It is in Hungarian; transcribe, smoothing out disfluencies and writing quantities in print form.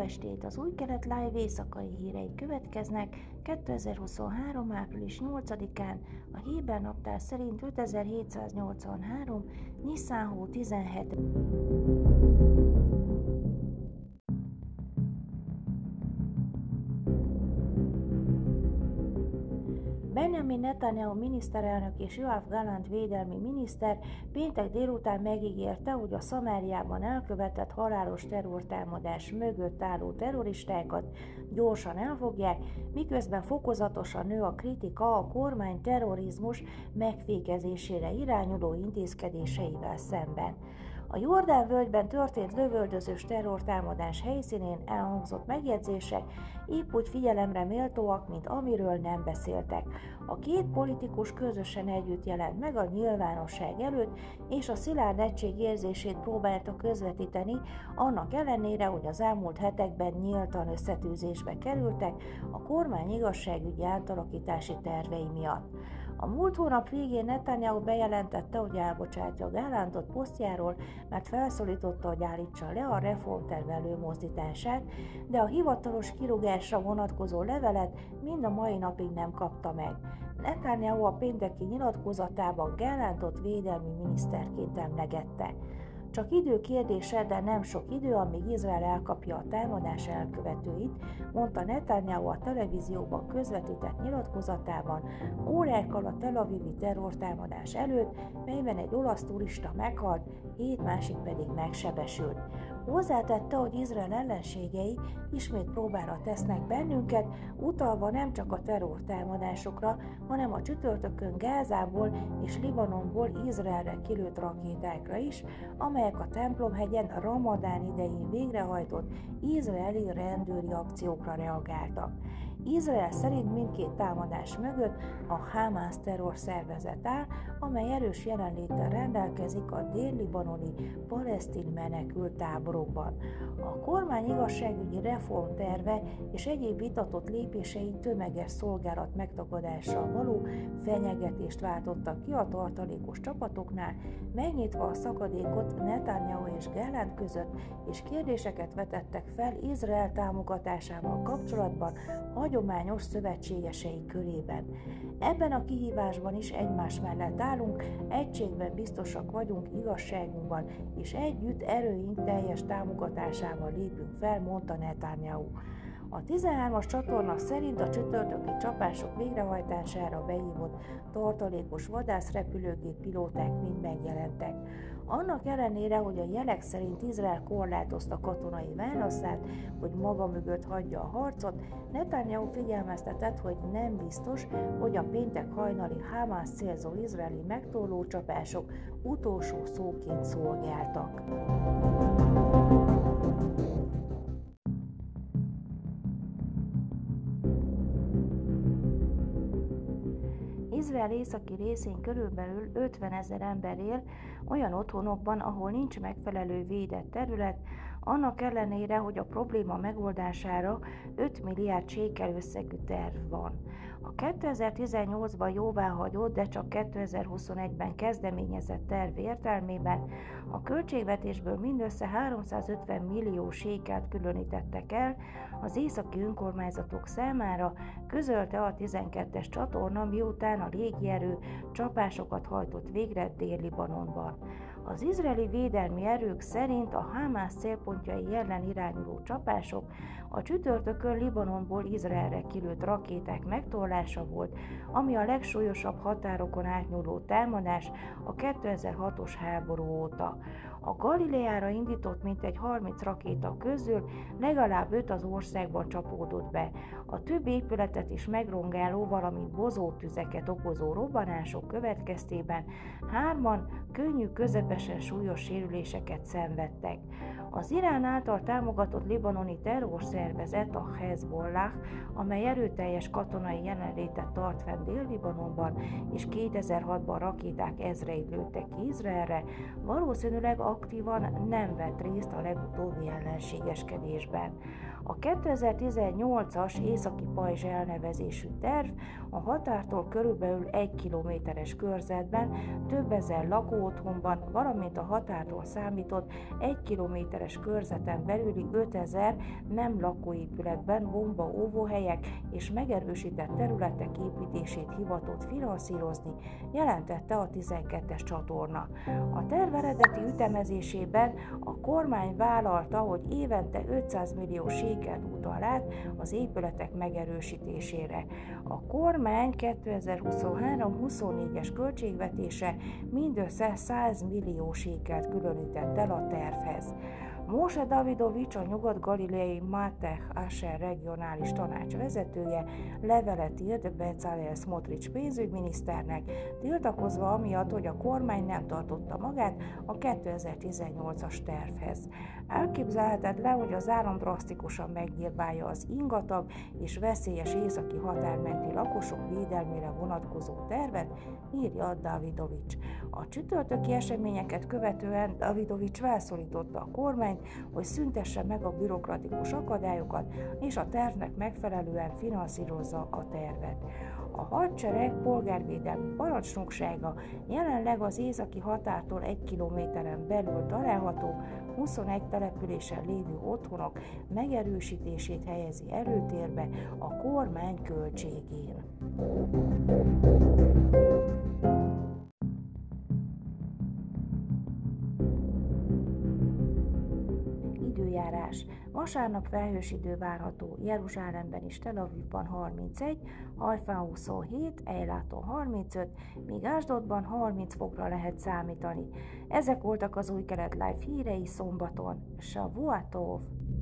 estét! Az Új Kelet Live éjszakai hírei következnek 2023. április 8-án, a héber naptár szerint 5783. Niszán hó 17. Benjamin Netanyahu miniszterelnök és Yoav Gallant védelmi miniszter péntek délután megígérte, hogy a Szamáriában elkövetett halálos terrortámadás mögött álló terroristákat gyorsan elfogják, miközben fokozatosan nő a kritika a kormány terrorizmus megfékezésére irányuló intézkedéseivel szemben. A Jordán völgyben történt lövöldözős terrortámadás helyszínén elhangzott megjegyzések épp úgy figyelemre méltóak, mint amiről nem beszéltek. A két politikus közösen együtt jelent meg a nyilvánosság előtt, és a szilárd egység érzését próbálta közvetíteni, annak ellenére, hogy az elmúlt hetekben nyíltan összetűzésbe kerültek a kormány igazságügyi átalakítási tervei miatt. A múlt hónap végén Netanyahu bejelentette, hogy elbocsátja Gallantot posztjáról, mert felszólította, hogy állítsa le a reformterv előmozdítását, de a hivatalos kirúgásra vonatkozó levelet mind a mai napig nem kapta meg. Netanyahu a pénteki nyilatkozatában Gallantot védelmi miniszterként emlegette. Csak idő kérdése, de nem sok idő, amíg Izrael elkapja a támadás elkövetőit, mondta Netanyahu a televízióban közvetített nyilatkozatában órákkal a Tel Avivi terrortámadás előtt, melyben egy olasz turista meghalt, 7 másik pedig megsebesült. Hozzátette, hogy Izrael ellenségei ismét próbára tesznek bennünket, utalva nem csak a terrortámadásokra, hanem a csütörtökön Gázából és Libanonból Izraelre kilőtt rakétákra is, amelyek a Templomhegyen Ramadán idején végrehajtott izraeli rendőri akciókra reagáltak. Izrael szerint mindkét támadás mögött a Hamász terrorszervezet áll, amely erős jelenléttel rendelkezik a dél-libanoni palesztin menekült táborokban. A kormány igazságügyi reformterve és egyéb vitatott lépései tömeges szolgálat megtagadással való fenyegetést váltottak ki a tartalékos csapatoknál, megnyitva a szakadékot Netanyahu és Gallant között, és kérdéseket vetettek fel Izrael támogatásával kapcsolatban hagyományos szövetségesei körében. Ebben a kihívásban is egymás mellett állunk, egységben biztosak vagyunk igazságunkban, és együtt erőink teljes támogatásával lépünk fel, mondta Netanyahu. A 13-as csatorna szerint a csütörtöki csapások végrehajtására behívott tartalékos vadászrepülőgép pilóták mind megjelentek. Annak ellenére, hogy a jelek szerint Izrael korlátozta katonai válaszát, hogy maga mögött hagyja a harcot, Netanyahu figyelmeztetett, hogy nem biztos, hogy a péntek hajnali Hamász célzó izraeli megtorló csapások utolsó szóként szolgáltak. Izrael északi részén körülbelül 50 000 ember él olyan otthonokban, ahol nincs megfelelő védett terület, annak ellenére, hogy a probléma megoldására 5 milliárd sékel összegű terv van. A 2018-ban jóváhagyott, de csak 2021-ben kezdeményezett terv értelmében a költségvetésből mindössze 350 millió sékelt különítettek el az északi önkormányzatok számára, közölte a 12-es csatorna, miután a légierő csapásokat hajtott végre Dél-Libanonban. Az izraeli védelmi erők szerint a Hamász célpontjai ellen irányuló csapások a csütörtökön Libanonból Izraelre kilőtt rakéták megtorlása volt, ami a legsúlyosabb határokon átnyúló támadás a 2006-os háború óta. A Galileára indított mintegy 30 rakéta közül legalább 5 az országban csapódott be. A több épületet is megrongáló, valamint bozótüzeket okozó robbanások következtében 3-an könnyű, közepesen súlyos sérüléseket szenvedtek. Az Irán által támogatott libanoni terrorszervezet, a Hezbollah, amely erőteljes katonai jelenlétet tart fenn Dél-Libanonban, és 2006-ban rakéták ezreit lőttek ki Izraelre, valószínűleg aktívan nem vett részt a legutóbbi ellenségeskedésben. A 2018-as északi pajzs elnevezésű terv a határtól körülbelül 1 kilométeres körzetben, több ezer lakóotthonban, valamint a határról számított 1 kilométeres körzeten belüli 5000 nem lakóépületben bombaóvóhelyek és megerősített területek építését hivatott finanszírozni, jelentette a 12-es csatorna. A terv eredeti ütemezésében a kormány vállalta, hogy évente 500 millió sékelt utal át az épületek megerősítésére. A kormány 2023-24-es költségvetése mindössze 100 millió sékelt különített el a tervhez. Moshe Davidovics, a nyugat-galileai Mateh Asher regionális tanács vezetője levelet írt Bezalel Smotrich pénzügyminiszternek, tiltakozva amiatt, hogy a kormány nem tartotta magát a 2018-as tervhez. Elképzelhetetlen, hogy az állam drasztikusan megnyírbálja az ingatag és veszélyes északi határmenti lakosok védelmére vonatkozó tervet, írja Davidovics. A csütörtöki eseményeket követően Davidovics felszólította a kormányt, hogy szüntesse meg a bürokratikus akadályokat, és a tervnek megfelelően finanszírozza a tervet. A hadsereg polgárvédelmi parancsnoksága jelenleg az északi határtól 1 kilométeren belül található 21 településen lévő otthonok megerősítését helyezi előtérbe a kormány költségén. Időjárás. Vasárnap felhős idő várható, Jeruzsálemben és Tel Avivban 31, Hajfán 27, Eiláton 35, míg Ásdodban 30 fokra lehet számítani. Ezek voltak az Új Kelet Live hírei szombaton. Savua Tov!